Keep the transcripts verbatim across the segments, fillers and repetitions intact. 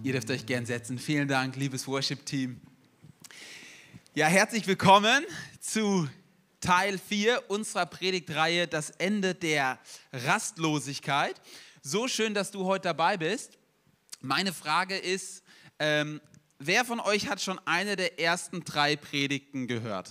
Ihr dürft euch gern setzen. Vielen Dank, liebes Worship-Team. Ja, herzlich willkommen zu Teil vier unserer Predigtreihe, das Ende der Rastlosigkeit. So schön, dass du heute dabei bist. Meine Frage ist, ähm, wer von euch hat schon eine der ersten drei Predigten gehört?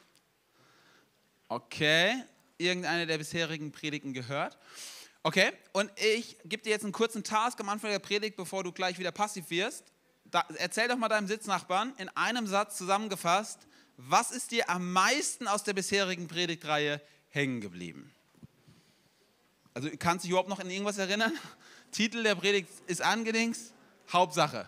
Okay, irgendeine der bisherigen Predigten gehört. Okay, und ich gebe dir jetzt einen kurzen Task am Anfang der Predigt, bevor du gleich wieder passiv wirst. Da, erzähl doch mal deinem Sitznachbarn in einem Satz zusammengefasst, was ist dir am meisten aus der bisherigen Predigtreihe hängen geblieben? Also kannst du dich überhaupt noch an irgendwas erinnern? Titel der Predigt ist angedings, Hauptsache.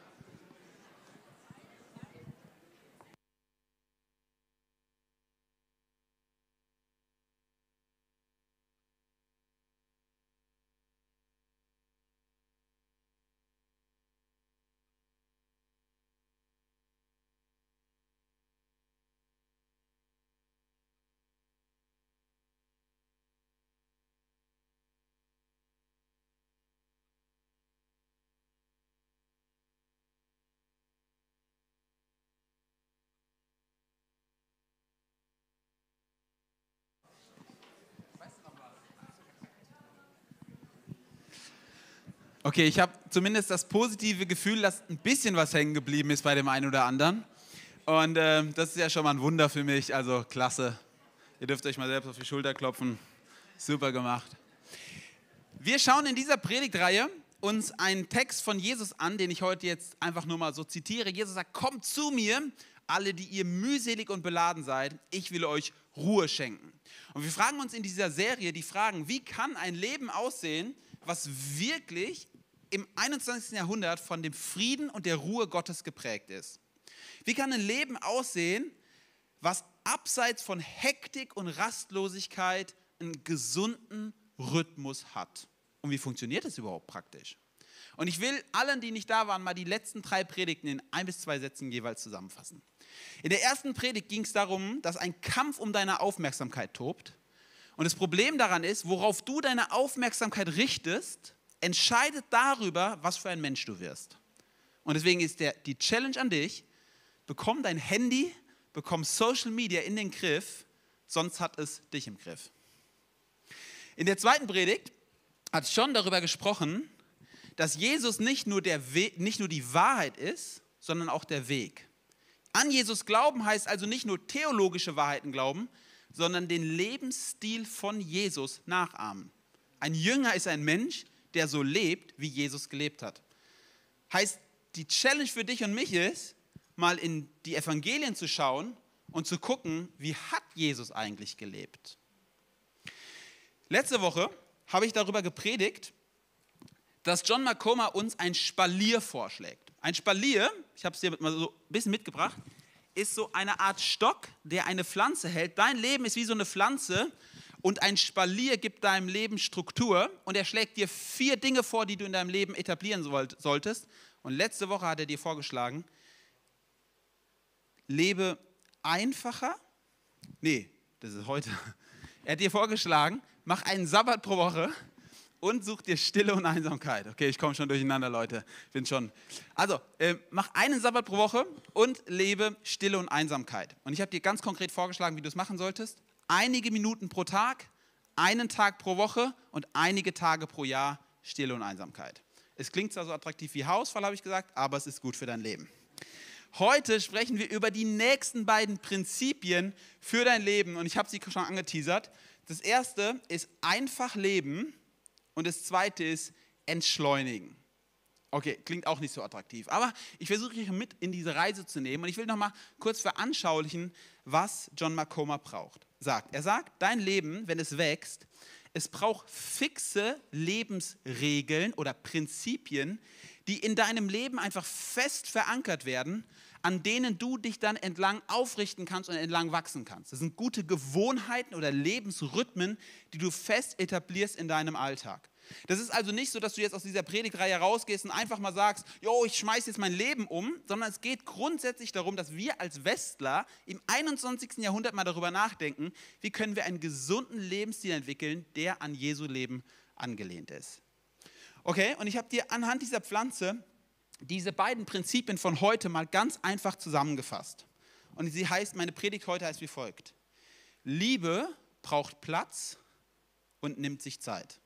Okay, ich habe zumindest das positive Gefühl, dass ein bisschen was hängen geblieben ist bei dem einen oder anderen. Und äh, das ist ja schon mal ein Wunder für mich, also klasse. Ihr dürft euch mal selbst auf die Schulter klopfen. Super gemacht. Wir schauen in dieser Predigtreihe uns einen Text von Jesus an, den ich heute jetzt einfach nur mal so zitiere. Jesus sagt, kommt zu mir, alle, die ihr mühselig und beladen seid, ich will euch Ruhe schenken. Und wir fragen uns in dieser Serie die Fragen, wie kann ein Leben aussehen, was wirklich im einundzwanzigsten Jahrhundert von dem Frieden und der Ruhe Gottes geprägt ist. Wie kann ein Leben aussehen, was abseits von Hektik und Rastlosigkeit einen gesunden Rhythmus hat? Und wie funktioniert das überhaupt praktisch? Und ich will allen, die nicht da waren, mal die letzten drei Predigten in ein bis zwei Sätzen jeweils zusammenfassen. In der ersten Predigt ging es darum, dass ein Kampf um deine Aufmerksamkeit tobt. Und das Problem daran ist, worauf du deine Aufmerksamkeit richtest, entscheidet darüber, was für ein Mensch du wirst. Und deswegen ist der, die Challenge an dich, bekomm dein Handy, bekomm Social Media in den Griff, sonst hat es dich im Griff. In der zweiten Predigt hat John darüber gesprochen, dass Jesus nicht nur, der We- nicht nur die Wahrheit ist, sondern auch der Weg. An Jesus glauben heißt also nicht nur theologische Wahrheiten glauben, sondern den Lebensstil von Jesus nachahmen. Ein Jünger ist ein Mensch, der so lebt, wie Jesus gelebt hat. Heißt, die Challenge für dich und mich ist, mal in die Evangelien zu schauen und zu gucken, wie hat Jesus eigentlich gelebt. Letzte Woche habe ich darüber gepredigt, dass John Macoma uns ein Spalier vorschlägt. Ein Spalier, ich habe es dir mal so ein bisschen mitgebracht, ist so eine Art Stock, der eine Pflanze hält. Dein Leben ist wie so eine Pflanze und ein Spalier gibt deinem Leben Struktur und er schlägt dir vier Dinge vor, die du in deinem Leben etablieren solltest. Und letzte Woche hat er dir vorgeschlagen, lebe einfacher. Nee, das ist heute. Er hat dir vorgeschlagen, mach einen Sabbat pro Woche und such dir Stille und Einsamkeit. Okay, ich komme schon durcheinander, Leute. Ich bin schon. Also, äh, mach einen Sabbat pro Woche und lebe Stille und Einsamkeit. Und ich habe dir ganz konkret vorgeschlagen, wie du es machen solltest. Einige Minuten pro Tag, einen Tag pro Woche und einige Tage pro Jahr Stille und Einsamkeit. Es klingt zwar so attraktiv wie Hausfall, habe ich gesagt, aber es ist gut für dein Leben. Heute sprechen wir über die nächsten beiden Prinzipien für dein Leben und ich habe sie schon angeteasert. Das erste ist einfach leben. Und das zweite ist entschleunigen. Okay, klingt auch nicht so attraktiv. Aber ich versuche euch mit in diese Reise zu nehmen. Und ich will noch mal kurz veranschaulichen, was John Macoma braucht. Sagt. Er sagt, dein Leben, wenn es wächst, es braucht fixe Lebensregeln oder Prinzipien, die in deinem Leben einfach fest verankert werden, an denen du dich dann entlang aufrichten kannst und entlang wachsen kannst. Das sind gute Gewohnheiten oder Lebensrhythmen, die du fest etablierst in deinem Alltag. Das ist also nicht so, dass du jetzt aus dieser Predigtreihe rausgehst und einfach mal sagst, jo, ich schmeiße jetzt mein Leben um, sondern es geht grundsätzlich darum, dass wir als Westler im einundzwanzigsten Jahrhundert mal darüber nachdenken, wie können wir einen gesunden Lebensstil entwickeln, der an Jesu Leben angelehnt ist. Okay, und ich habe dir anhand dieser Pflanze diese beiden Prinzipien von heute mal ganz einfach zusammengefasst. Und sie heißt, meine Predigt heute heißt wie folgt: Liebe braucht Platz und nimmt sich Zeit.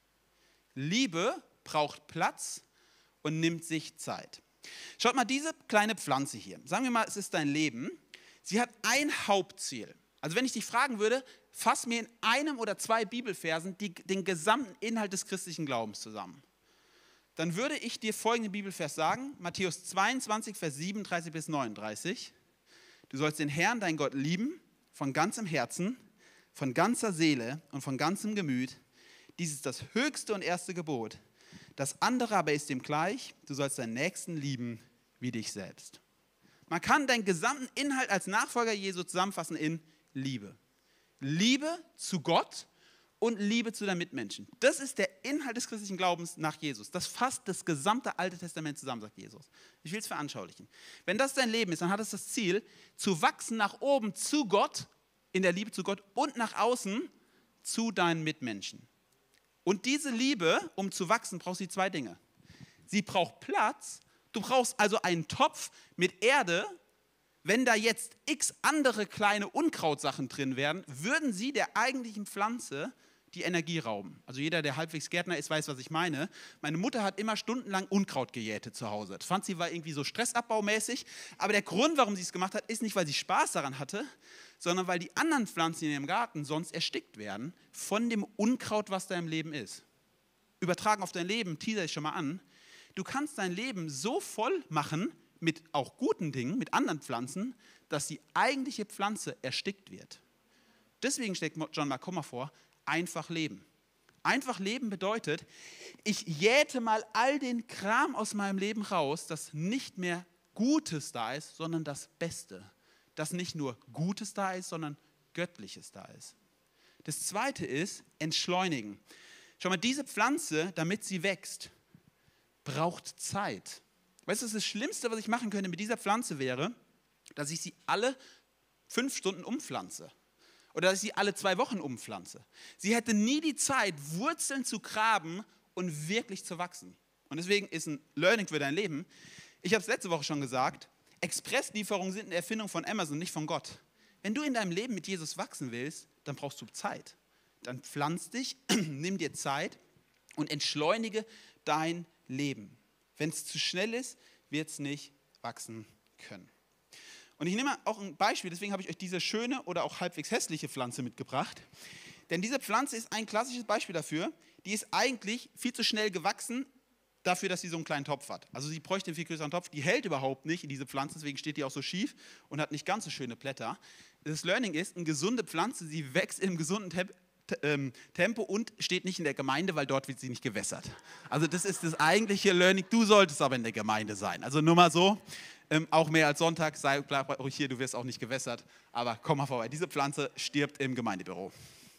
Liebe braucht Platz und nimmt sich Zeit. Schaut mal, diese kleine Pflanze hier, sagen wir mal, es ist dein Leben, sie hat ein Hauptziel. Also wenn ich dich fragen würde, fass mir in einem oder zwei Bibelversen die, den gesamten Inhalt des christlichen Glaubens zusammen. Dann würde ich dir folgenden Bibelvers sagen, Matthäus zweiundzwanzig, Vers siebenunddreißig bis neununddreißig. Du sollst den Herrn, dein Gott, lieben, von ganzem Herzen, von ganzer Seele und von ganzem Gemüt. Dies ist das höchste und erste Gebot. Das andere aber ist dem gleich, du sollst deinen Nächsten lieben wie dich selbst. Man kann deinen gesamten Inhalt als Nachfolger Jesu zusammenfassen in Liebe. Liebe zu Gott und Liebe zu deinen Mitmenschen. Das ist der Inhalt des christlichen Glaubens nach Jesus. Das fasst das gesamte Alte Testament zusammen, sagt Jesus. Ich will es veranschaulichen. Wenn das dein Leben ist, dann hat es das Ziel, zu wachsen nach oben zu Gott, in der Liebe zu Gott und nach außen zu deinen Mitmenschen. Und diese Liebe, um zu wachsen, braucht sie zwei Dinge. Sie braucht Platz. Du brauchst also einen Topf mit Erde. Wenn da jetzt x andere kleine Unkrautsachen drin wären, würden sie der eigentlichen Pflanze die Energie rauben. Also jeder, der halbwegs Gärtner ist, weiß, was ich meine. Meine Mutter hat immer stundenlang Unkraut gejätet zu Hause. Das fand sie war irgendwie so stressabbaumäßig. Aber der Grund, warum sie es gemacht hat, ist nicht, weil sie Spaß daran hatte, sondern weil die anderen Pflanzen in ihrem Garten sonst erstickt werden von dem Unkraut, was da im Leben ist. Übertragen auf dein Leben, teaser ich schon mal an. Du kannst dein Leben so voll machen mit auch guten Dingen, mit anderen Pflanzen, dass die eigentliche Pflanze erstickt wird. Deswegen schlägt John Mark Comer vor, einfach leben. Einfach leben bedeutet, ich jäte mal all den Kram aus meinem Leben raus, das nicht mehr Gutes da ist, sondern das Beste. Dass nicht nur Gutes da ist, sondern Göttliches da ist. Das Zweite ist entschleunigen. Schau mal, diese Pflanze, damit sie wächst, braucht Zeit. Weißt du, das Schlimmste, was ich machen könnte mit dieser Pflanze wäre, dass ich sie alle fünf Stunden umpflanze. Oder dass ich sie alle zwei Wochen umpflanze. Sie hätte nie die Zeit, Wurzeln zu graben und wirklich zu wachsen. Und deswegen ist ein Learning für dein Leben. Ich habe es letzte Woche schon gesagt, Expresslieferungen sind eine Erfindung von Amazon, nicht von Gott. Wenn du in deinem Leben mit Jesus wachsen willst, dann brauchst du Zeit. Dann pflanz dich, nimm dir Zeit und entschleunige dein Leben. Wenn es zu schnell ist, wird es nicht wachsen können. Und ich nehme auch ein Beispiel, deswegen habe ich euch diese schöne oder auch halbwegs hässliche Pflanze mitgebracht. Denn diese Pflanze ist ein klassisches Beispiel dafür, die ist eigentlich viel zu schnell gewachsen, dafür, dass sie so einen kleinen Topf hat. Also sie bräuchte einen viel größeren Topf, die hält überhaupt nicht in diese Pflanze, deswegen steht die auch so schief und hat nicht ganz so schöne Blätter. Das Learning ist, eine gesunde Pflanze, sie wächst im gesunden Tempo, Tempo und steht nicht in der Gemeinde, weil dort wird sie nicht gewässert. Also das ist das eigentliche Learning, du solltest aber in der Gemeinde sein. Also nur mal so, ähm, auch mehr als Sonntag, sei, bleib ruhig hier, du wirst auch nicht gewässert, aber komm mal vorbei, diese Pflanze stirbt im Gemeindebüro.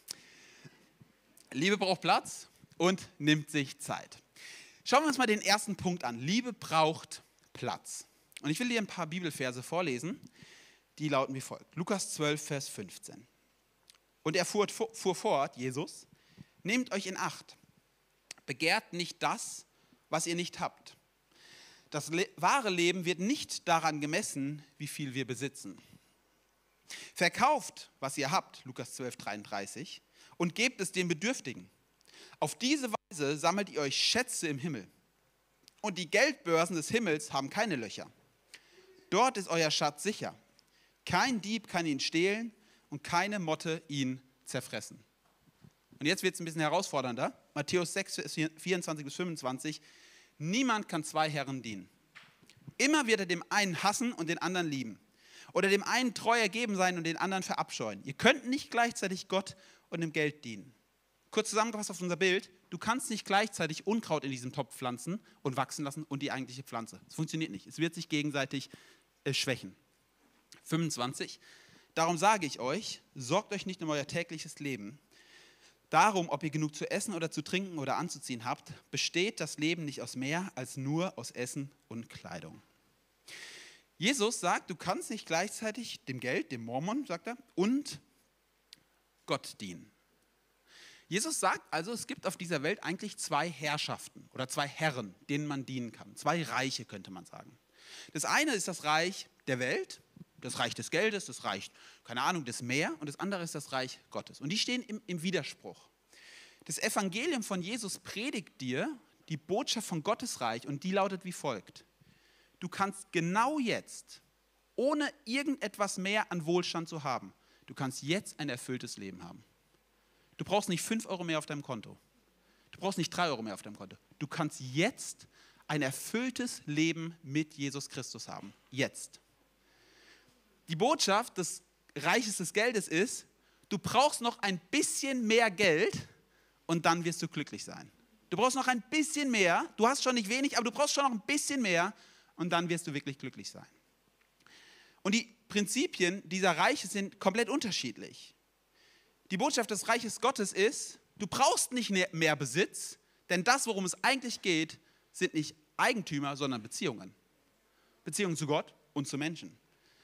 Liebe braucht Platz und nimmt sich Zeit. Schauen wir uns mal den ersten Punkt an. Liebe braucht Platz. Und ich will dir ein paar Bibelverse vorlesen, die lauten wie folgt. Lukas zwölf, Vers fünfzehn. Und er fuhr, fuhr fort, Jesus, nehmt euch in Acht, begehrt nicht das, was ihr nicht habt. Das le- wahre Leben wird nicht daran gemessen, wie viel wir besitzen. Verkauft, was ihr habt, Lukas zwölf, dreiunddreißig, und gebt es den Bedürftigen. Auf diese Weise sammelt ihr euch Schätze im Himmel. Und die Geldbörsen des Himmels haben keine Löcher. Dort ist euer Schatz sicher. Kein Dieb kann ihn stehlen und keine Motte ihn zerfressen. Und jetzt wird es ein bisschen herausfordernder. Matthäus sechs, vierundzwanzig bis fünfundzwanzig. Niemand kann zwei Herren dienen. Immer wird er dem einen hassen und den anderen lieben. Oder dem einen treu ergeben sein und den anderen verabscheuen. Ihr könnt nicht gleichzeitig Gott und dem Geld dienen. Kurz zusammengefasst auf unser Bild, du kannst nicht gleichzeitig Unkraut in diesem Topf pflanzen und wachsen lassen und die eigentliche Pflanze. Das funktioniert nicht. Es wird sich gegenseitig äh, schwächen. fünfundzwanzig. Darum sage ich euch, sorgt euch nicht um euer tägliches Leben. Darum, ob ihr genug zu essen oder zu trinken oder anzuziehen habt, besteht das Leben nicht aus mehr als nur aus Essen und Kleidung. Jesus sagt, du kannst nicht gleichzeitig dem Geld, dem Mormon, sagt er, und Gott dienen. Jesus sagt also, es gibt auf dieser Welt eigentlich zwei Herrschaften oder zwei Herren, denen man dienen kann. Zwei Reiche könnte man sagen. Das eine ist das Reich der Welt, das Reich des Geldes, das Reich, keine Ahnung, des Meer, und das andere ist das Reich Gottes. Und die stehen im, im Widerspruch. Das Evangelium von Jesus predigt dir die Botschaft von Gottes Reich und die lautet wie folgt. Du kannst genau jetzt, ohne irgendetwas mehr an Wohlstand zu haben, du kannst jetzt ein erfülltes Leben haben. Du brauchst nicht fünf Euro mehr auf deinem Konto. Du brauchst nicht drei Euro mehr auf deinem Konto. Du kannst jetzt ein erfülltes Leben mit Jesus Christus haben. Jetzt. Die Botschaft des Reiches des Geldes ist, du brauchst noch ein bisschen mehr Geld und dann wirst du glücklich sein. Du brauchst noch ein bisschen mehr. Du hast schon nicht wenig, aber du brauchst schon noch ein bisschen mehr und dann wirst du wirklich glücklich sein. Und die Prinzipien dieser Reiche sind komplett unterschiedlich. Die Botschaft des Reiches Gottes ist, du brauchst nicht mehr Besitz, denn das, worum es eigentlich geht, sind nicht Eigentümer, sondern Beziehungen. Beziehungen zu Gott und zu Menschen.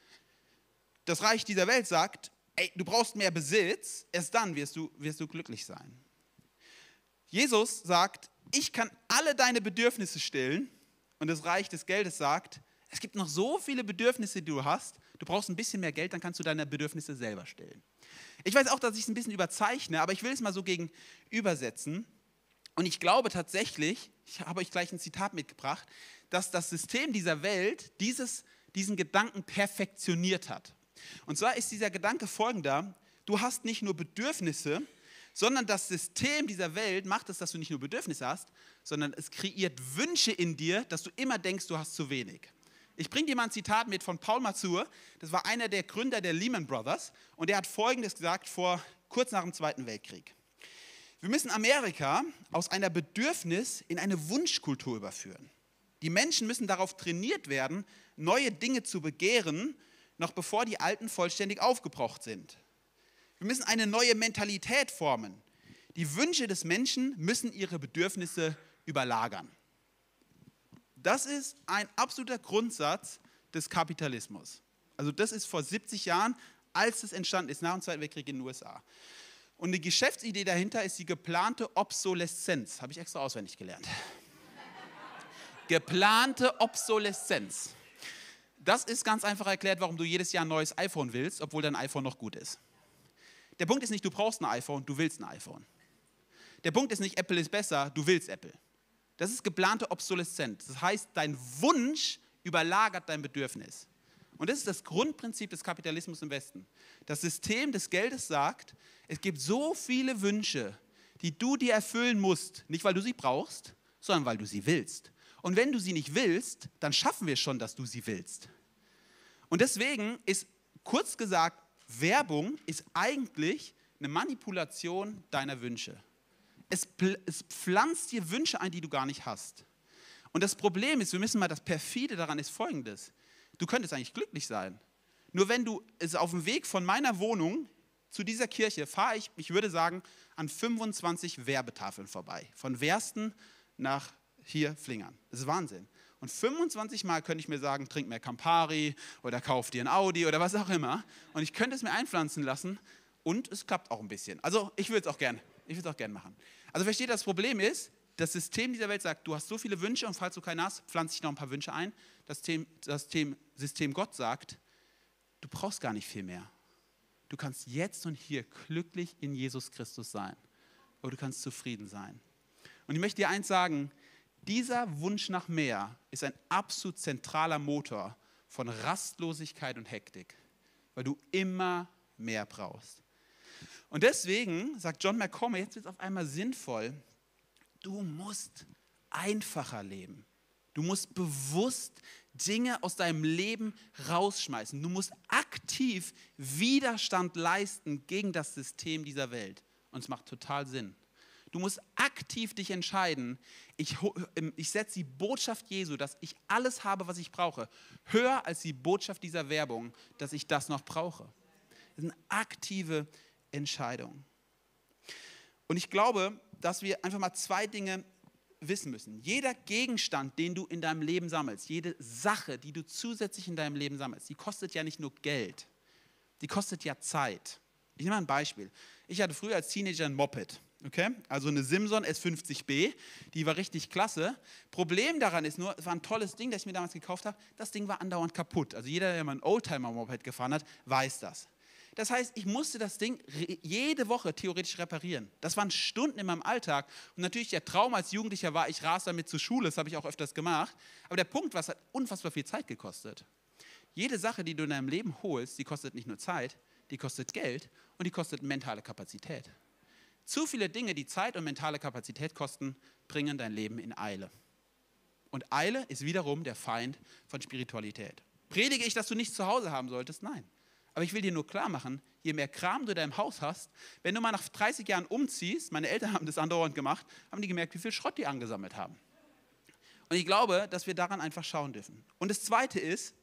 Das Reich dieser Welt sagt, ey, du brauchst mehr Besitz, erst dann wirst du, wirst du glücklich sein. Jesus sagt, ich kann alle deine Bedürfnisse stillen, und das Reich des Geldes sagt, es gibt noch so viele Bedürfnisse, die du hast, du brauchst ein bisschen mehr Geld, dann kannst du deine Bedürfnisse selber stillen. Ich weiß auch, dass ich es ein bisschen überzeichne, aber ich will es mal so gegen übersetzen. Und ich glaube tatsächlich, ich habe euch gleich ein Zitat mitgebracht, dass das System dieser Welt dieses, diesen Gedanken perfektioniert hat. Und zwar ist dieser Gedanke folgender: Du hast nicht nur Bedürfnisse, sondern das System dieser Welt macht es, dass du nicht nur Bedürfnisse hast, sondern es kreiert Wünsche in dir, dass du immer denkst, du hast zu wenig. Ich bringe dir mal ein Zitat mit von Paul Mazur. Das war einer der Gründer der Lehman Brothers. Und der hat Folgendes gesagt, vor, kurz nach dem Zweiten Weltkrieg. Wir müssen Amerika aus einer Bedürfnis in eine Wunschkultur überführen. Die Menschen müssen darauf trainiert werden, neue Dinge zu begehren, noch bevor die alten vollständig aufgebraucht sind. Wir müssen eine neue Mentalität formen. Die Wünsche des Menschen müssen ihre Bedürfnisse überlagern. Das ist ein absoluter Grundsatz des Kapitalismus. Also das ist vor siebzig Jahren, als es entstanden ist, nach dem Zweiten Weltkrieg in den U S A. Und die Geschäftsidee dahinter ist die geplante Obsoleszenz. Habe ich extra auswendig gelernt. Geplante Obsoleszenz. Das ist ganz einfach erklärt, warum du jedes Jahr ein neues iPhone willst, obwohl dein iPhone noch gut ist. Der Punkt ist nicht, du brauchst ein iPhone, du willst ein iPhone. Der Punkt ist nicht, Apple ist besser, du willst Apple. Das ist geplante Obsoleszenz. Das heißt, dein Wunsch überlagert dein Bedürfnis. Und das ist das Grundprinzip des Kapitalismus im Westen. Das System des Geldes sagt, es gibt so viele Wünsche, die du dir erfüllen musst, nicht weil du sie brauchst, sondern weil du sie willst. Und wenn du sie nicht willst, dann schaffen wir schon, dass du sie willst. Und deswegen ist, kurz gesagt, Werbung ist eigentlich eine Manipulation deiner Wünsche. Es, es pflanzt dir Wünsche ein, die du gar nicht hast. Und das Problem ist, wir müssen mal, das perfide daran ist folgendes. Du könntest eigentlich glücklich sein. Nur wenn du, es auf dem Weg von meiner Wohnung zu dieser Kirche fahre ich, ich würde sagen, an fünfundzwanzig Werbetafeln vorbei. Von Wersten nach hier Flingern. Das ist Wahnsinn. Und fünfundzwanzig Mal könnte ich mir sagen, trink mehr Campari oder kauf dir ein Audi oder was auch immer. Und ich könnte es mir einpflanzen lassen und es klappt auch ein bisschen. Also ich würde es auch gerne. Ich würde es auch gerne machen. Also versteht, das Problem ist, das System dieser Welt sagt, du hast so viele Wünsche und falls du keinen hast, pflanze ich noch ein paar Wünsche ein. Das System, das System Gott sagt, du brauchst gar nicht viel mehr. Du kannst jetzt und hier glücklich in Jesus Christus sein. Aber du kannst zufrieden sein. Und ich möchte dir eins sagen, dieser Wunsch nach mehr ist ein absolut zentraler Motor von Rastlosigkeit und Hektik, weil du immer mehr brauchst. Und deswegen sagt John McCormack, jetzt wird es auf einmal sinnvoll, du musst einfacher leben. Du musst bewusst Dinge aus deinem Leben rausschmeißen. Du musst aktiv Widerstand leisten gegen das System dieser Welt. Und es macht total Sinn. Du musst aktiv dich entscheiden, ich, ich setze die Botschaft Jesu, dass ich alles habe, was ich brauche, höher als die Botschaft dieser Werbung, dass ich das noch brauche. Das ist eine aktive Entscheidung. Und ich glaube, dass wir einfach mal zwei Dinge wissen müssen. Jeder Gegenstand, den du in deinem Leben sammelst, jede Sache, die du zusätzlich in deinem Leben sammelst, die kostet ja nicht nur Geld, die kostet ja Zeit. Ich nehme mal ein Beispiel. Ich hatte früher als Teenager ein Moped. Okay? Also eine Simson S fünfzig B, die war richtig klasse. Problem daran ist nur, es war ein tolles Ding, das ich mir damals gekauft habe, das Ding war andauernd kaputt. Also jeder, der mal ein Oldtimer-Moped gefahren hat, weiß das. Das heißt, ich musste das Ding jede Woche theoretisch reparieren. Das waren Stunden in meinem Alltag. Und natürlich der Traum als Jugendlicher war, ich rase damit zur Schule, das habe ich auch öfters gemacht. Aber der Punkt war, es hat unfassbar viel Zeit gekostet. Jede Sache, die du in deinem Leben holst, die kostet nicht nur Zeit, die kostet Geld und die kostet mentale Kapazität. Zu viele Dinge, die Zeit und mentale Kapazität kosten, bringen dein Leben in Eile. Und Eile ist wiederum der Feind von Spiritualität. Predige ich, dass du nichts zu Hause haben solltest? Nein. Aber ich will dir nur klar machen, je mehr Kram du in deinem Haus hast, wenn du mal nach dreißig Jahren umziehst, meine Eltern haben das andauernd gemacht, haben die gemerkt, wie viel Schrott die angesammelt haben. Und ich glaube, dass wir daran einfach schauen dürfen. Und das Zweite ist,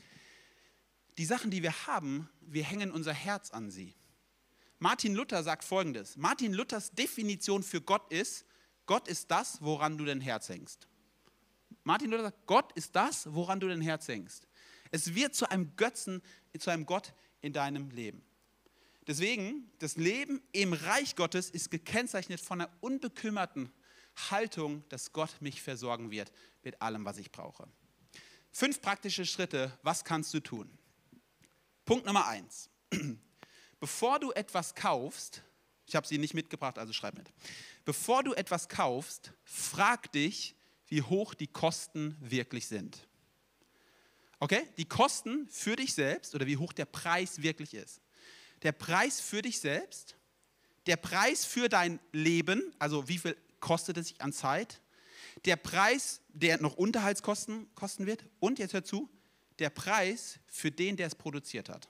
die Sachen, die wir haben, wir hängen unser Herz an sie. Martin Luther sagt Folgendes. Martin Luthers Definition für Gott ist, Gott ist das, woran du dein Herz hängst. Martin Luther sagt, Gott ist das, woran du dein Herz hängst. Es wird zu einem Götzen, zu einem Gott in deinem Leben. Deswegen, das Leben im Reich Gottes ist gekennzeichnet von einer unbekümmerten Haltung, dass Gott mich versorgen wird mit allem, was ich brauche. Fünf praktische Schritte, was kannst du tun? Punkt Nummer eins. Bevor du etwas kaufst, ich habe sie nicht mitgebracht, also schreib mit. Bevor du etwas kaufst, frag dich, wie hoch die Kosten wirklich sind. Okay? Die Kosten für dich selbst oder wie hoch der Preis wirklich ist. Der Preis für dich selbst, der Preis für dein Leben, also wie viel kostet es sich an Zeit, der Preis, der noch Unterhaltskosten kosten wird und jetzt hör zu, der Preis für den, der es produziert hat.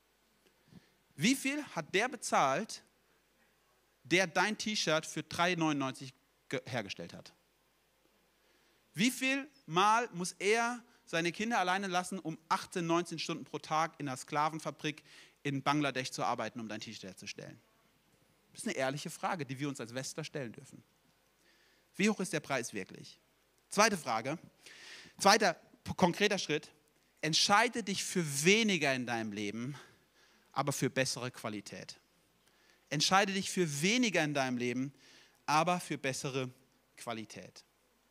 Wie viel hat der bezahlt, der dein T-Shirt für drei neunundneunzig hergestellt hat? Wie viel Mal muss er seine Kinder alleine lassen, um achtzehn, neunzehn Stunden pro Tag in einer Sklavenfabrik in Bangladesch zu arbeiten, um dein T-Shirt herzustellen? Das ist eine ehrliche Frage, die wir uns als Westler stellen dürfen. Wie hoch ist der Preis wirklich? Zweite Frage, zweiter konkreter Schritt, entscheide dich für weniger in deinem Leben, aber für bessere Qualität. Entscheide dich für weniger in deinem Leben, aber für bessere Qualität.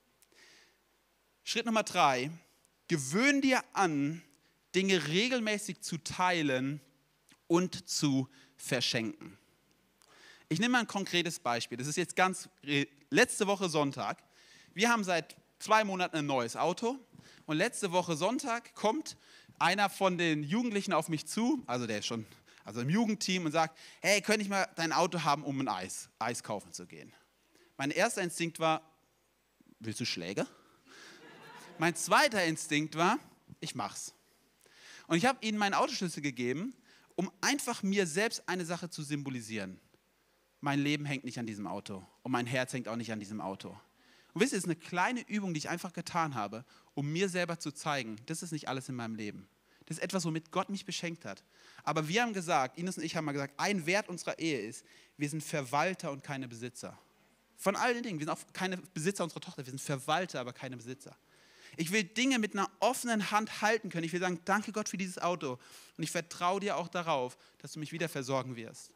Schritt Nummer drei, gewöhn dir an, Dinge regelmäßig zu teilen und zu verschenken. Ich nehme mal ein konkretes Beispiel. Das ist jetzt ganz letzte Woche Sonntag. Wir haben seit zwei Monaten ein neues Auto und letzte Woche Sonntag kommt einer von den Jugendlichen auf mich zu, also der ist schon also im Jugendteam und sagt, hey, könnte ich mal dein Auto haben, um ein Eis, Eis kaufen zu gehen? Mein erster Instinkt war, willst du Schläge? Mein zweiter Instinkt war, ich mach's. Und ich habe ihnen meinen Autoschlüssel gegeben, um einfach mir selbst eine Sache zu symbolisieren. Mein Leben hängt nicht an diesem Auto und mein Herz hängt auch nicht an diesem Auto. Und wisst ihr, es ist eine kleine Übung, die ich einfach getan habe, um mir selber zu zeigen, das ist nicht alles in meinem Leben. Das ist etwas, womit Gott mich beschenkt hat. Aber wir haben gesagt, Ines und ich haben mal gesagt, ein Wert unserer Ehe ist, wir sind Verwalter und keine Besitzer. Von all den Dingen. Wir sind auch keine Besitzer unserer Tochter, wir sind Verwalter, aber keine Besitzer. Ich will Dinge mit einer offenen Hand halten können. Ich will sagen, danke Gott für dieses Auto. Und ich vertraue dir auch darauf, dass du mich wieder versorgen wirst.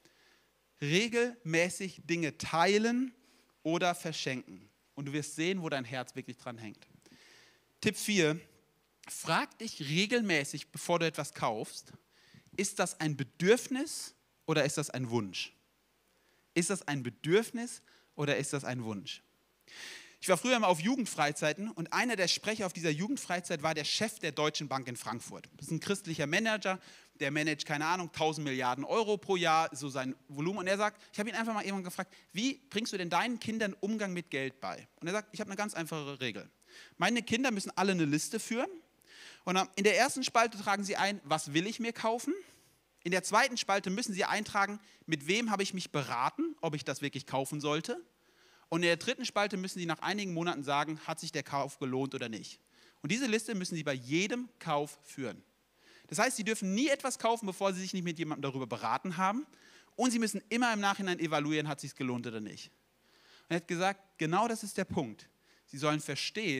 Regelmäßig Dinge teilen oder verschenken. Und du wirst sehen, wo dein Herz wirklich dran hängt. Tipp vier. Frag dich regelmäßig, bevor du etwas kaufst, ist das ein Bedürfnis oder ist das ein Wunsch? Ist das ein Bedürfnis oder ist das ein Wunsch? Ich war früher mal auf Jugendfreizeiten und einer der Sprecher auf dieser Jugendfreizeit war der Chef der Deutschen Bank in Frankfurt. Das ist ein christlicher Manager, der managt, keine Ahnung, tausend Milliarden Euro pro Jahr, so sein Volumen. Und er sagt, ich habe ihn einfach mal irgendwann gefragt, wie bringst du denn deinen Kindern Umgang mit Geld bei? Und er sagt, ich habe eine ganz einfache Regel. Meine Kinder müssen alle eine Liste führen. Und in der ersten Spalte tragen sie ein, was will ich mir kaufen? In der zweiten Spalte müssen sie eintragen, mit wem habe ich mich beraten, ob ich das wirklich kaufen sollte. Und in der dritten Spalte müssen sie nach einigen Monaten sagen, hat sich der Kauf gelohnt oder nicht. Und diese Liste müssen sie bei jedem Kauf führen. Das heißt, sie dürfen nie etwas kaufen, bevor sie sich nicht mit jemandem darüber beraten haben. Und sie müssen immer im Nachhinein evaluieren, hat es sich gelohnt oder nicht. Und er hat gesagt, genau das ist der Punkt. Sie sollen verstehen,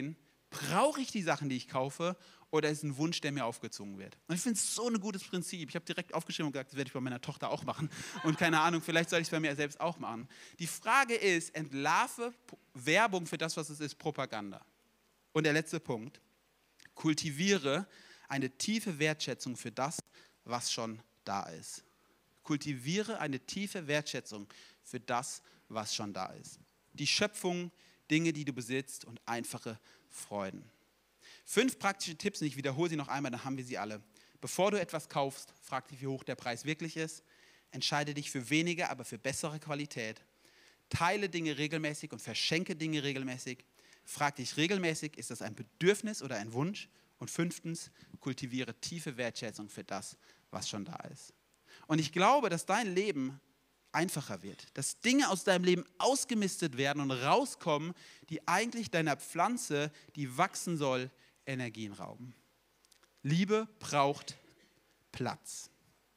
Brauche ich die Sachen, die ich kaufe, oder ist es ein Wunsch, der mir aufgezwungen wird? Und ich finde es so ein gutes Prinzip. Ich habe direkt aufgeschrieben und gesagt, das werde ich bei meiner Tochter auch machen. Und keine Ahnung, vielleicht soll ich es bei mir selbst auch machen. Die Frage ist, entlarve Werbung für das, was es ist, Propaganda. Und der letzte Punkt, kultiviere eine tiefe Wertschätzung für das, was schon da ist. Kultiviere eine tiefe Wertschätzung für das, was schon da ist. Die Schöpfung, Dinge, die du besitzt und einfache Freuden. Fünf praktische Tipps, und ich wiederhole sie noch einmal, dann haben wir sie alle. Bevor du etwas kaufst, frag dich, wie hoch der Preis wirklich ist. Entscheide dich für weniger, aber für bessere Qualität. Teile Dinge regelmäßig und verschenke Dinge regelmäßig. Frag dich regelmäßig, ist das ein Bedürfnis oder ein Wunsch? Und fünftens, kultiviere tiefe Wertschätzung für das, was schon da ist. Und ich glaube, dass dein Leben einfacher wird, dass Dinge aus deinem Leben ausgemistet werden und rauskommen, die eigentlich deiner Pflanze, die wachsen soll, Energien rauben. Liebe braucht Platz.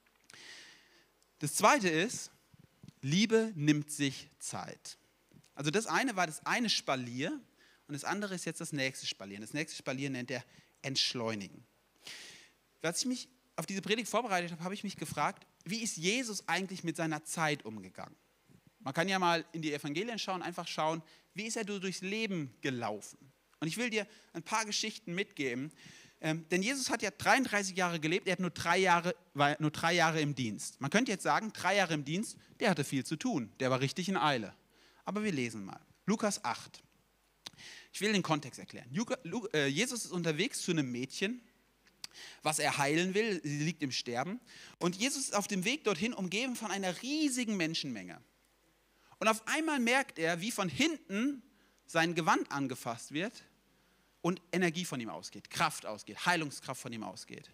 Das Zweite ist, Liebe nimmt sich Zeit. Also das eine war das eine Spalier und das andere ist jetzt das nächste Spalier. Das nächste Spalier nennt er Entschleunigen. Als ich mich auf diese Predigt vorbereitet habe, habe ich mich gefragt, wie ist Jesus eigentlich mit seiner Zeit umgegangen? Man kann ja mal in die Evangelien schauen, einfach schauen, wie ist er durchs Leben gelaufen? Und ich will dir ein paar Geschichten mitgeben, ähm, denn Jesus hat ja dreiunddreißig Jahre gelebt, er hat nur drei Jahre, war nur drei Jahre im Dienst. Man könnte jetzt sagen, drei Jahre im Dienst, der hatte viel zu tun, der war richtig in Eile. Aber wir lesen mal. Lukas acht. Ich will den Kontext erklären. Jesus ist unterwegs zu einem Mädchen, was er heilen will. Sie liegt im Sterben. Und Jesus ist auf dem Weg dorthin umgeben von einer riesigen Menschenmenge. Und auf einmal merkt er, wie von hinten sein Gewand angefasst wird und Energie von ihm ausgeht, Kraft ausgeht, Heilungskraft von ihm ausgeht.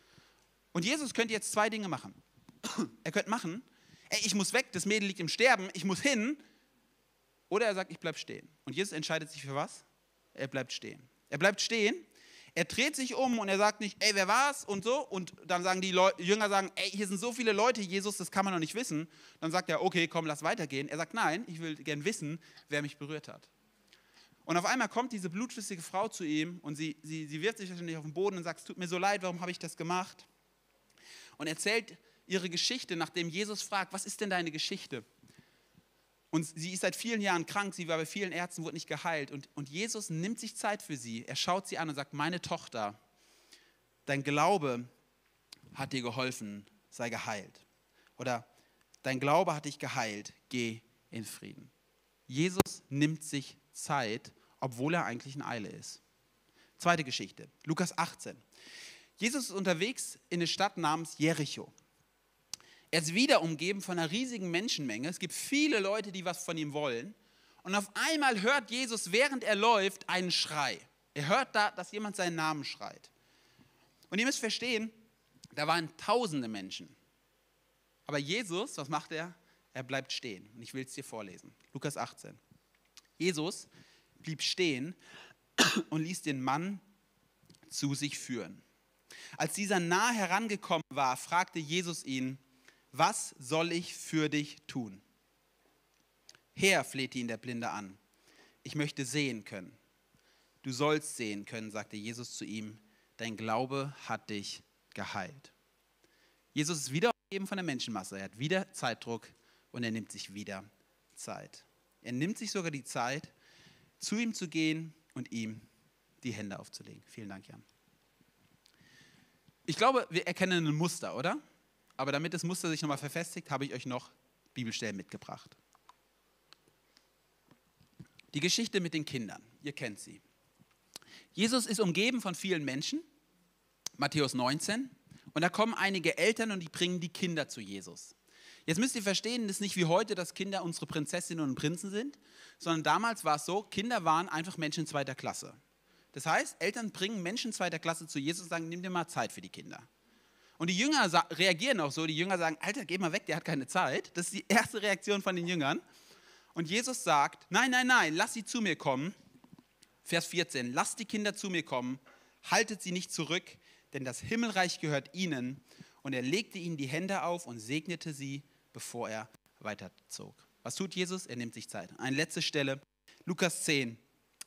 Und Jesus könnte jetzt zwei Dinge machen. Er könnte machen, ey, ich muss weg, das Mädel liegt im Sterben, ich muss hin. Oder er sagt, ich bleib stehen. Und Jesus entscheidet sich für was? Er bleibt stehen. Er bleibt stehen, er dreht sich um und er sagt nicht, ey, wer war's und so. Und dann sagen die Leu- Jünger, sagen, ey, hier sind so viele Leute, Jesus, das kann man noch nicht wissen. Dann sagt er, okay, komm, lass weitergehen. Er sagt, nein, ich will gern wissen, wer mich berührt hat. Und auf einmal kommt diese blutflüssige Frau zu ihm und sie, sie, sie wirft sich wahrscheinlich auf den Boden und sagt, es tut mir so leid, warum habe ich das gemacht? Und erzählt ihre Geschichte, nachdem Jesus fragt, was ist denn deine Geschichte? Und sie ist seit vielen Jahren krank, sie war bei vielen Ärzten, wurde nicht geheilt. Und, und Jesus nimmt sich Zeit für sie. Er schaut sie an und sagt, meine Tochter, dein Glaube hat dir geholfen, sei geheilt. Oder dein Glaube hat dich geheilt, geh in Frieden. Jesus nimmt sich Zeit, obwohl er eigentlich in Eile ist. Zweite Geschichte, Lukas achtzehn. Jesus ist unterwegs in eine Stadt namens Jericho. Er ist wieder umgeben von einer riesigen Menschenmenge. Es gibt viele Leute, die was von ihm wollen. Und auf einmal hört Jesus, während er läuft, einen Schrei. Er hört da, dass jemand seinen Namen schreit. Und ihr müsst verstehen, da waren tausende Menschen. Aber Jesus, was macht er? Er bleibt stehen. Und ich will es dir vorlesen. Lukas achtzehn. Jesus blieb stehen und ließ den Mann zu sich führen. Als dieser nah herangekommen war, fragte Jesus ihn, was soll ich für dich tun? Herr, flehte ihn der Blinde an, ich möchte sehen können. Du sollst sehen können, sagte Jesus zu ihm, dein Glaube hat dich geheilt. Jesus ist wieder umgeben von der Menschenmasse, er hat wieder Zeitdruck und er nimmt sich wieder Zeit. Er nimmt sich sogar die Zeit, zu ihm zu gehen und ihm die Hände aufzulegen. Vielen Dank, Jan. Ich glaube, wir erkennen ein Muster, oder? Aber damit das Muster sich nochmal verfestigt, habe ich euch noch Bibelstellen mitgebracht. Die Geschichte mit den Kindern, ihr kennt sie. Jesus ist umgeben von vielen Menschen, Matthäus neunzehn, und da kommen einige Eltern und die bringen die Kinder zu Jesus. Jetzt müsst ihr verstehen, das ist nicht wie heute, dass Kinder unsere Prinzessinnen und Prinzen sind, sondern damals war es so, Kinder waren einfach Menschen zweiter Klasse. Das heißt, Eltern bringen Menschen zweiter Klasse zu Jesus und sagen, nimm dir mal Zeit für die Kinder. Und die Jünger reagieren auch so, die Jünger sagen, Alter, geh mal weg, der hat keine Zeit. Das ist die erste Reaktion von den Jüngern. Und Jesus sagt, nein, nein, nein, lass sie zu mir kommen. Vers vierzehn, lasst die Kinder zu mir kommen, haltet sie nicht zurück, denn das Himmelreich gehört ihnen. Und er legte ihnen die Hände auf und segnete sie, bevor er weiterzog. Was tut Jesus? Er nimmt sich Zeit. Eine letzte Stelle, Lukas zehn,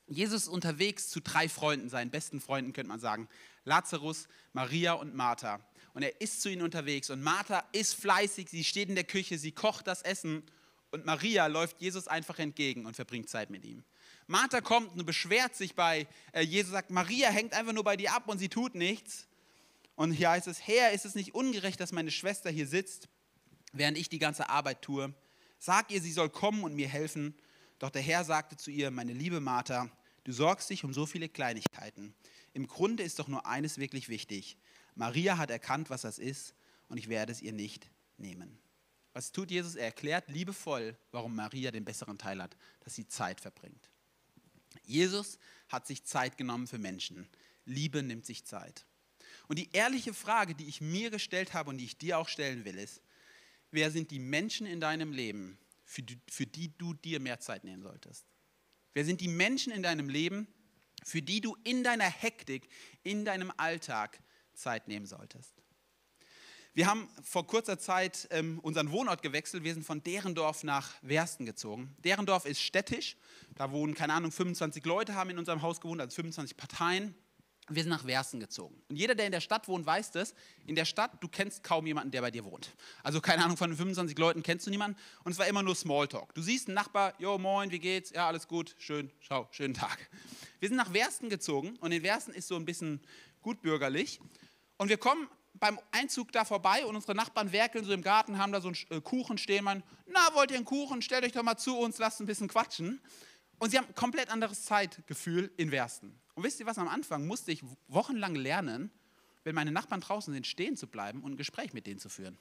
Jesus ist unterwegs zu drei Freunden, seinen besten Freunden könnte man sagen. Lazarus, Maria und Martha. Und er ist zu ihnen unterwegs und Martha ist fleißig, sie steht in der Küche, sie kocht das Essen und Maria läuft Jesus einfach entgegen und verbringt Zeit mit ihm. Martha kommt und beschwert sich bei äh, Jesus, sagt, Maria hängt einfach nur bei dir ab und sie tut nichts. Und hier heißt es, Herr, ist es nicht ungerecht, dass meine Schwester hier sitzt, während ich die ganze Arbeit tue? Sag ihr, sie soll kommen und mir helfen. Doch der Herr sagte zu ihr, meine liebe Martha, du sorgst dich um so viele Kleinigkeiten. Im Grunde ist doch nur eines wirklich wichtig. Maria hat erkannt, was das ist, und ich werde es ihr nicht nehmen. Was tut Jesus? Er erklärt liebevoll, warum Maria den besseren Teil hat, dass sie Zeit verbringt. Jesus hat sich Zeit genommen für Menschen. Liebe nimmt sich Zeit. Und die ehrliche Frage, die ich mir gestellt habe und die ich dir auch stellen will, ist, wer sind die Menschen in deinem Leben, für die, für die du dir mehr Zeit nehmen solltest? Wer sind die Menschen in deinem Leben, für die du in deiner Hektik, in deinem Alltag Zeit nehmen solltest? Wir haben vor kurzer Zeit ähm, unseren Wohnort gewechselt. Wir sind von Derendorf nach Wersten gezogen. Derendorf ist städtisch. Da wohnen, keine Ahnung, fünfundzwanzig Leute haben in unserem Haus gewohnt, also fünfundzwanzig Parteien. Wir sind nach Wersten gezogen. Und jeder, der in der Stadt wohnt, weiß das. In der Stadt, du kennst kaum jemanden, der bei dir wohnt. Also keine Ahnung, von den fünfundzwanzig Leuten kennst du niemanden. Und es war immer nur Smalltalk. Du siehst einen Nachbar, jo, moin, wie geht's? Ja, alles gut, schön, schau, schönen Tag. Wir sind nach Wersten gezogen und in Wersten ist so ein bisschen gutbürgerlich. Und wir kommen beim Einzug da vorbei und unsere Nachbarn werkeln so im Garten, haben da so einen Kuchen stehen. Man, na, wollt ihr einen Kuchen? Stellt euch doch mal zu uns, lasst ein bisschen quatschen. Und sie haben ein komplett anderes Zeitgefühl in Wersten. Und wisst ihr was, am Anfang musste ich wochenlang lernen, wenn meine Nachbarn draußen sind, stehen zu bleiben und ein Gespräch mit denen zu führen.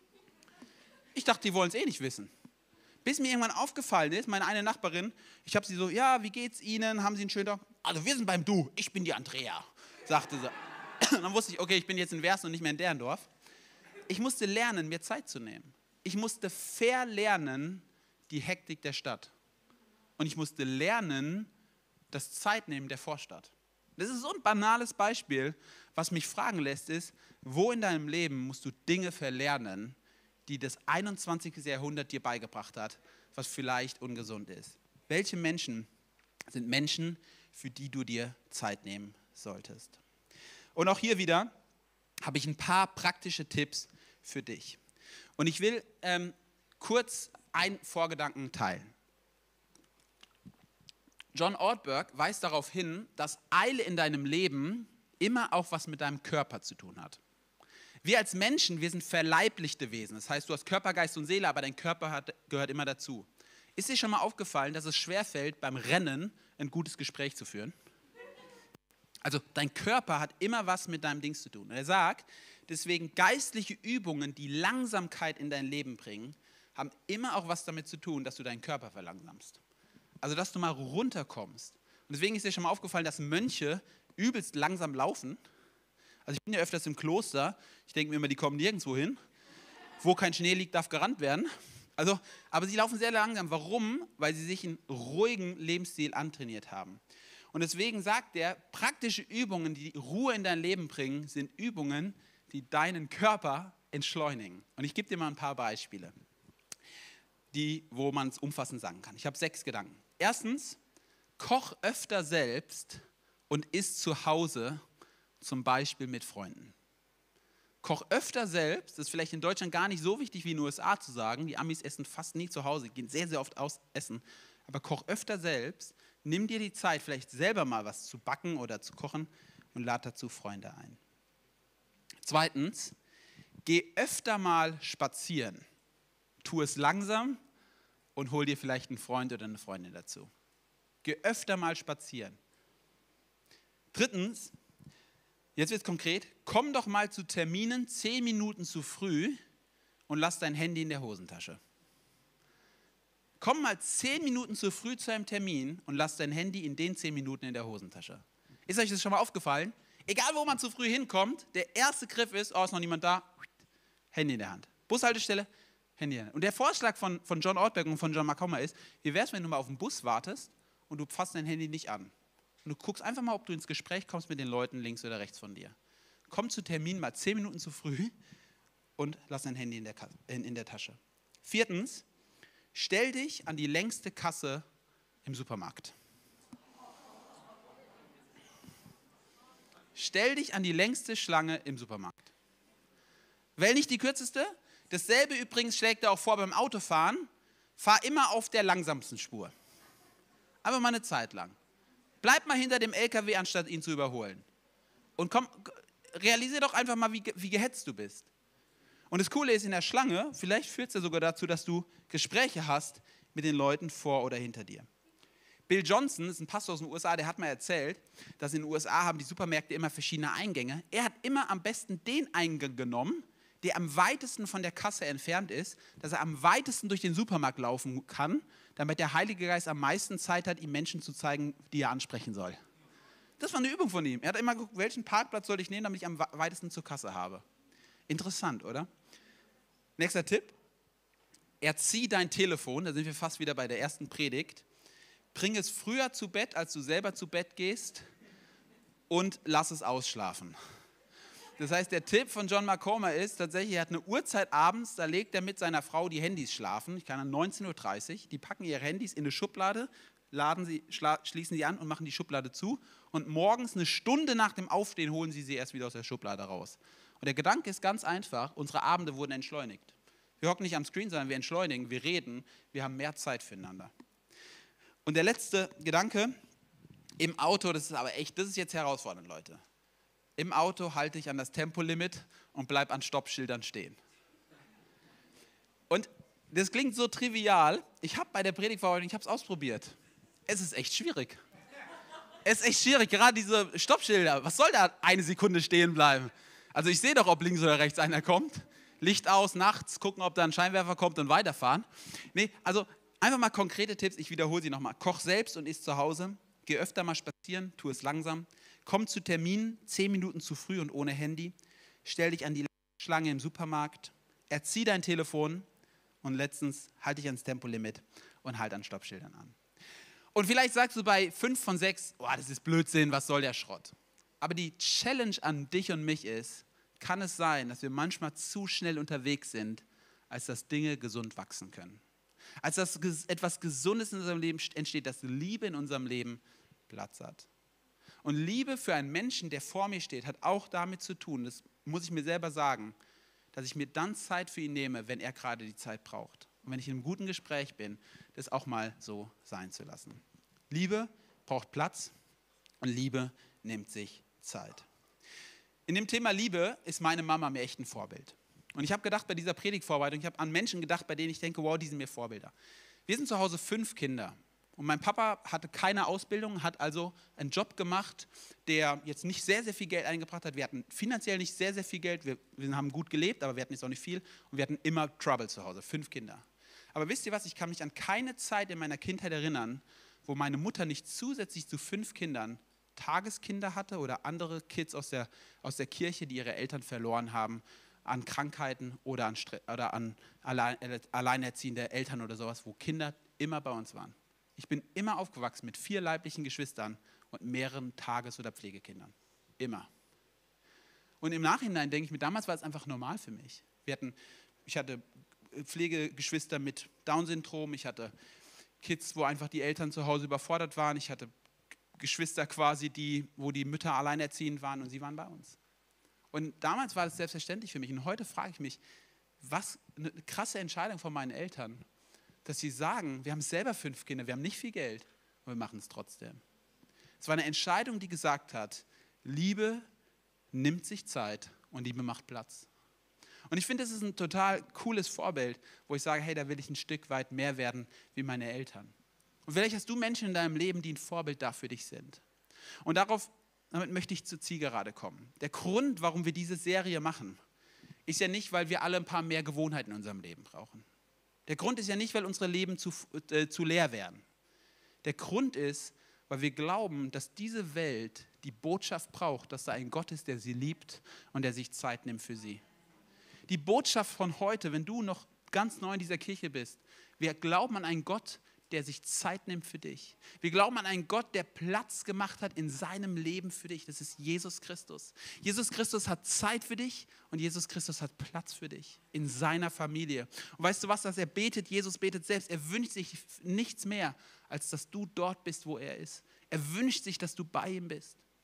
Ich dachte, die wollen es eh nicht wissen. Bis mir irgendwann aufgefallen ist, meine eine Nachbarin, ich habe sie so, ja, wie geht's Ihnen? Haben Sie einen schönen Tag? Also wir sind beim Du, ich bin die Andrea, sagte sie. Und dann wusste ich, okay, ich bin jetzt in Wersten und nicht mehr in Derendorf. Ich musste lernen, mir Zeit zu nehmen. Ich musste verlernen, die Hektik der Stadt. Und ich musste lernen, das Zeitnehmen der Vorstadt. Das ist so ein banales Beispiel, was mich fragen lässt, ist, wo in deinem Leben musst du Dinge verlernen, die das einundzwanzigste Jahrhundert dir beigebracht hat, was vielleicht ungesund ist. Welche Menschen sind Menschen, für die du dir Zeit nehmen solltest? Und auch hier wieder habe ich ein paar praktische Tipps für dich. Und ich will ähm, kurz einen Vorgedanken teilen. John Ortberg weist darauf hin, dass Eile in deinem Leben immer auch was mit deinem Körper zu tun hat. Wir als Menschen, wir sind verleiblichte Wesen. Das heißt, du hast Körper, Geist und Seele, aber dein Körper hat, gehört immer dazu. Ist dir schon mal aufgefallen, dass es schwerfällt, beim Rennen ein gutes Gespräch zu führen? Also dein Körper hat immer was mit deinem Dings zu tun. Und er sagt, deswegen geistliche Übungen, die Langsamkeit in dein Leben bringen, haben immer auch was damit zu tun, dass du deinen Körper verlangsamst. Also dass du mal runterkommst. Und deswegen ist dir schon mal aufgefallen, dass Mönche übelst langsam laufen. Also ich bin ja öfters im Kloster. Ich denke mir immer, die kommen nirgendwo hin. Wo kein Schnee liegt, darf gerannt werden. Also, aber sie laufen sehr langsam. Warum? Weil sie sich einen ruhigen Lebensstil antrainiert haben. Und deswegen sagt er, praktische Übungen, die Ruhe in dein Leben bringen, sind Übungen, die deinen Körper entschleunigen. Und ich gebe dir mal ein paar Beispiele, die, wo man es umfassend sagen kann. Ich habe sechs Gedanken. Erstens, koch öfter selbst und iss zu Hause, zum Beispiel mit Freunden. Koch öfter selbst, das ist vielleicht in Deutschland gar nicht so wichtig wie in den U S A zu sagen, die Amis essen fast nie zu Hause, gehen sehr, sehr oft aus essen, aber koch öfter selbst, nimm dir die Zeit, vielleicht selber mal was zu backen oder zu kochen und lad dazu Freunde ein. Zweitens, geh öfter mal spazieren. Tu es langsam und hol dir vielleicht einen Freund oder eine Freundin dazu. Geh öfter mal spazieren. Drittens, jetzt wird es konkret, komm doch mal zu Terminen zehn Minuten zu früh und lass dein Handy in der Hosentasche. Komm mal zehn Minuten zu früh zu einem Termin und lass dein Handy in den zehn Minuten in der Hosentasche. Ist euch das schon mal aufgefallen? Egal, wo man zu früh hinkommt, der erste Griff ist, oh, ist noch niemand da, Handy in der Hand. Bushaltestelle, Handy in der Hand. Und der Vorschlag von, von John Ortberg und von John Macomber ist, wie wäre es, wenn du mal auf den Bus wartest und du fasst dein Handy nicht an? Und du guckst einfach mal, ob du ins Gespräch kommst mit den Leuten links oder rechts von dir. Komm zu Termin mal zehn Minuten zu früh und lass dein Handy in der, in, in der Tasche. Viertens, stell dich an die längste Kasse im Supermarkt. Stell dich an die längste Schlange im Supermarkt. Wähl nicht die kürzeste. Dasselbe übrigens schlägt er auch vor beim Autofahren. Fahr immer auf der langsamsten Spur. Einfach mal eine Zeit lang. Bleib mal hinter dem L K W, anstatt ihn zu überholen. Und komm, realisier doch einfach mal, wie, wie gehetzt du bist. Und das Coole ist, in der Schlange, vielleicht führt es ja sogar dazu, dass du Gespräche hast mit den Leuten vor oder hinter dir. Bill Johnson ist ein Pastor aus den U S A, der hat mal erzählt, dass in den U S A haben die Supermärkte immer verschiedene Eingänge. Er hat immer am besten den Eingang genommen, der am weitesten von der Kasse entfernt ist, dass er am weitesten durch den Supermarkt laufen kann, damit der Heilige Geist am meisten Zeit hat, ihm Menschen zu zeigen, die er ansprechen soll. Das war eine Übung von ihm. Er hat immer geguckt, welchen Parkplatz soll ich nehmen, damit ich am weitesten zur Kasse habe. Interessant, oder? Nächster Tipp. Erzieh dein Telefon, da sind wir fast wieder bei der ersten Predigt. Bring es früher zu Bett, als du selber zu Bett gehst und lass es ausschlafen. Das heißt, der Tipp von John Marcomer ist tatsächlich, er hat eine Uhrzeit abends, da legt er mit seiner Frau die Handys schlafen, ich kann an neunzehn Uhr dreißig, die packen ihre Handys in eine Schublade, laden sie, schließen sie an und machen die Schublade zu und morgens eine Stunde nach dem Aufstehen holen sie sie erst wieder aus der Schublade raus. Und der Gedanke ist ganz einfach, unsere Abende wurden entschleunigt. Wir hocken nicht am Screen, sondern wir entschleunigen, wir reden, wir haben mehr Zeit füreinander. Und der letzte Gedanke, im Auto, das ist aber echt, das ist jetzt herausfordernd, Leute. Im Auto halte ich an das Tempolimit und bleib an Stoppschildern stehen. Und das klingt so trivial. Ich habe bei der Predigtvorbereitung, ich habe es ausprobiert. Es ist echt schwierig. Es ist echt schwierig, gerade diese Stoppschilder. Was soll da eine Sekunde stehen bleiben? Also ich sehe doch, ob links oder rechts einer kommt. Licht aus, nachts, gucken, ob da ein Scheinwerfer kommt und weiterfahren. Nee, also einfach mal konkrete Tipps. Ich wiederhole sie nochmal. Koch selbst und iss zu Hause. Geh öfter mal spazieren, tu es langsam. Komm zu Terminen, zehn Minuten zu früh und ohne Handy. Stell dich an die Schlange im Supermarkt. Erzieh dein Telefon. Und letztens, halte dich ans Tempolimit und halt an Stoppschildern an. Und vielleicht sagst du bei fünf von sechs, oh, das ist Blödsinn, was soll der Schrott? Aber die Challenge an dich und mich ist, kann es sein, dass wir manchmal zu schnell unterwegs sind, als dass Dinge gesund wachsen können. Als dass etwas Gesundes in unserem Leben entsteht, dass Liebe in unserem Leben Platz hat. Und Liebe für einen Menschen, der vor mir steht, hat auch damit zu tun, das muss ich mir selber sagen, dass ich mir dann Zeit für ihn nehme, wenn er gerade die Zeit braucht. Und wenn ich in einem guten Gespräch bin, das auch mal so sein zu lassen. Liebe braucht Platz und Liebe nimmt sich Zeit. In dem Thema Liebe ist meine Mama mir echt ein Vorbild. Und ich habe gedacht bei dieser Predigtvorbereitung, ich habe an Menschen gedacht, bei denen ich denke, wow, die sind mir Vorbilder. Wir sind zu Hause fünf Kinder. Und mein Papa hatte keine Ausbildung, hat also einen Job gemacht, der jetzt nicht sehr, sehr viel Geld eingebracht hat. Wir hatten finanziell nicht sehr, sehr viel Geld. Wir, wir haben gut gelebt, aber wir hatten jetzt auch nicht viel. Und wir hatten immer Trouble zu Hause, fünf Kinder. Aber wisst ihr was, ich kann mich an keine Zeit in meiner Kindheit erinnern, wo meine Mutter nicht zusätzlich zu fünf Kindern Tageskinder hatte oder andere Kids aus der, aus der Kirche, die ihre Eltern verloren haben an Krankheiten oder an, Stre- oder an allein, alleinerziehende Eltern oder sowas, wo Kinder immer bei uns waren. Ich bin immer aufgewachsen mit vier leiblichen Geschwistern und mehreren Tages- oder Pflegekindern. Immer. Und im Nachhinein denke ich mir, damals war es einfach normal für mich. Wir hatten, ich hatte Pflegegeschwister mit Down-Syndrom, ich hatte Kids, wo einfach die Eltern zu Hause überfordert waren, ich hatte Geschwister quasi, die, wo die Mütter alleinerziehend waren und sie waren bei uns. Und damals war das selbstverständlich für mich. Und heute frage ich mich, was eine krasse Entscheidung von meinen Eltern, dass sie sagen, wir haben selber fünf Kinder, wir haben nicht viel Geld und wir machen es trotzdem. Es war eine Entscheidung, die gesagt hat, Liebe nimmt sich Zeit und Liebe macht Platz. Und ich finde, das ist ein total cooles Vorbild, wo ich sage, hey, da will ich ein Stück weit mehr werden wie meine Eltern. Und vielleicht hast du Menschen in deinem Leben, die ein Vorbild da für dich sind. Und darauf, damit möchte ich zur Zielgerade kommen. Der Grund, warum wir diese Serie machen, ist ja nicht, weil wir alle ein paar mehr Gewohnheiten in unserem Leben brauchen. Der Grund ist ja nicht, weil unsere Leben zu, äh, zu leer werden. Der Grund ist, weil wir glauben, dass diese Welt die Botschaft braucht, dass da ein Gott ist, der sie liebt und der sich Zeit nimmt für sie. Die Botschaft von heute, wenn du noch ganz neu in dieser Kirche bist, wir glauben an einen Gott, der sich Zeit nimmt für dich. Wir glauben an einen Gott, der Platz gemacht hat in seinem Leben für dich. Das ist Jesus Christus. Jesus Christus hat Zeit für dich und Jesus Christus hat Platz für dich in seiner Familie. Und weißt du was, dass er betet? Jesus betet selbst. Er wünscht sich nichts mehr, als dass du dort bist, wo er ist. Er wünscht sich, dass du bei ihm bist.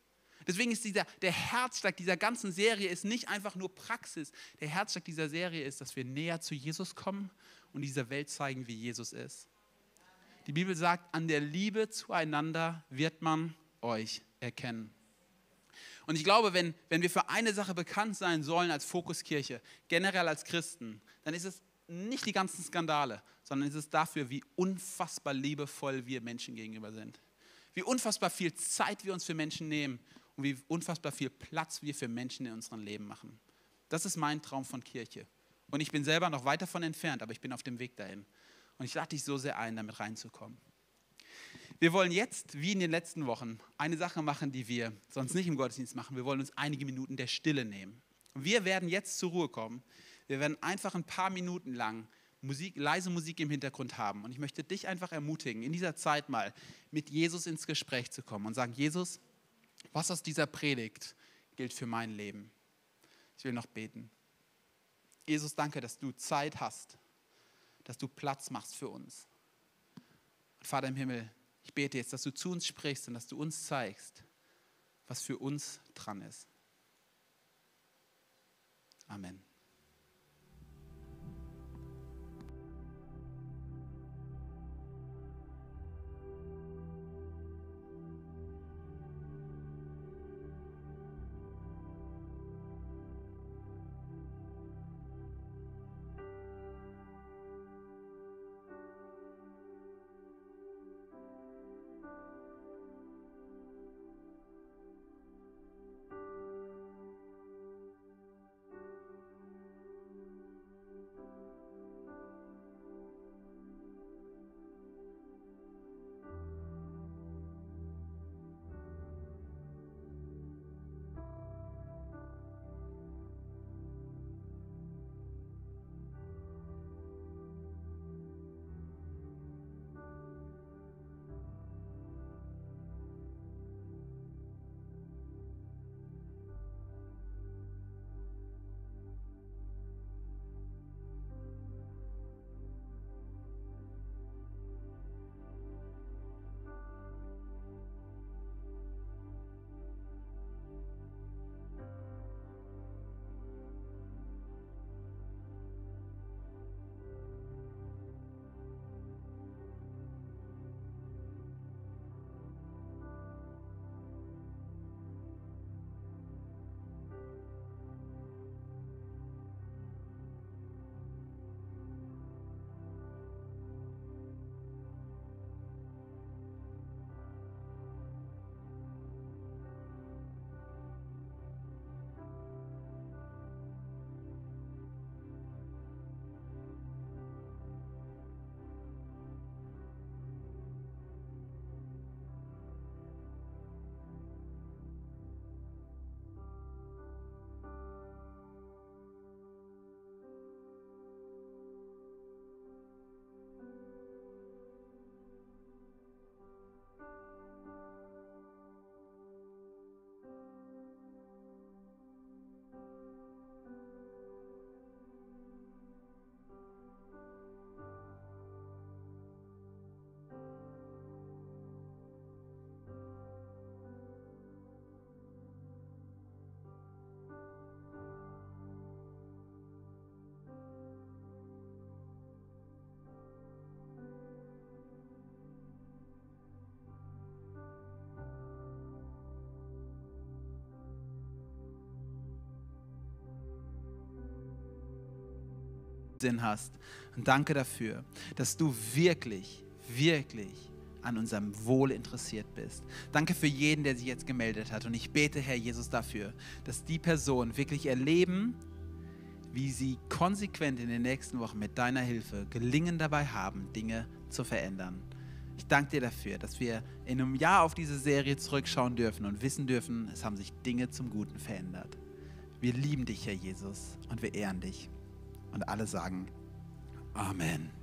Deswegen ist dieser, der Herzschlag dieser ganzen Serie ist nicht einfach nur Praxis. Der Herzschlag dieser Serie ist, dass wir näher zu Jesus kommen und dieser Welt zeigen, wie Jesus ist. Die Bibel sagt, an der Liebe zueinander wird man euch erkennen. Und ich glaube, wenn, wenn wir für eine Sache bekannt sein sollen als Fokuskirche, generell als Christen, dann ist es nicht die ganzen Skandale, sondern ist es dafür, wie unfassbar liebevoll wir Menschen gegenüber sind. Wie unfassbar viel Zeit wir uns für Menschen nehmen und wie unfassbar viel Platz wir für Menschen in unserem Leben machen. Das ist mein Traum von Kirche. Und ich bin selber noch weit davon entfernt, aber ich bin auf dem Weg dahin. Und ich lade dich so sehr ein, damit reinzukommen. Wir wollen jetzt, wie in den letzten Wochen, eine Sache machen, die wir sonst nicht im Gottesdienst machen. Wir wollen uns einige Minuten der Stille nehmen. Und wir werden jetzt zur Ruhe kommen. Wir werden einfach ein paar Minuten lang Musik, leise Musik im Hintergrund haben. Und ich möchte dich einfach ermutigen, in dieser Zeit mal mit Jesus ins Gespräch zu kommen und sagen, Jesus, was aus dieser Predigt gilt für mein Leben? Ich will noch beten. Jesus, danke, dass du Zeit hast, dass du Platz machst für uns. Und Vater im Himmel, ich bete jetzt, dass du zu uns sprichst und dass du uns zeigst, was für uns dran ist. Amen. Sinn hast. Und danke dafür, dass du wirklich, wirklich an unserem Wohl interessiert bist. Danke für jeden, der sich jetzt gemeldet hat. Und ich bete, Herr Jesus, dafür, dass die Personen wirklich erleben, wie sie konsequent in den nächsten Wochen mit deiner Hilfe Gelingen dabei haben, Dinge zu verändern. Ich danke dir dafür, dass wir in einem Jahr auf diese Serie zurückschauen dürfen und wissen dürfen, es haben sich Dinge zum Guten verändert. Wir lieben dich, Herr Jesus, und wir ehren dich. Und alle sagen Amen.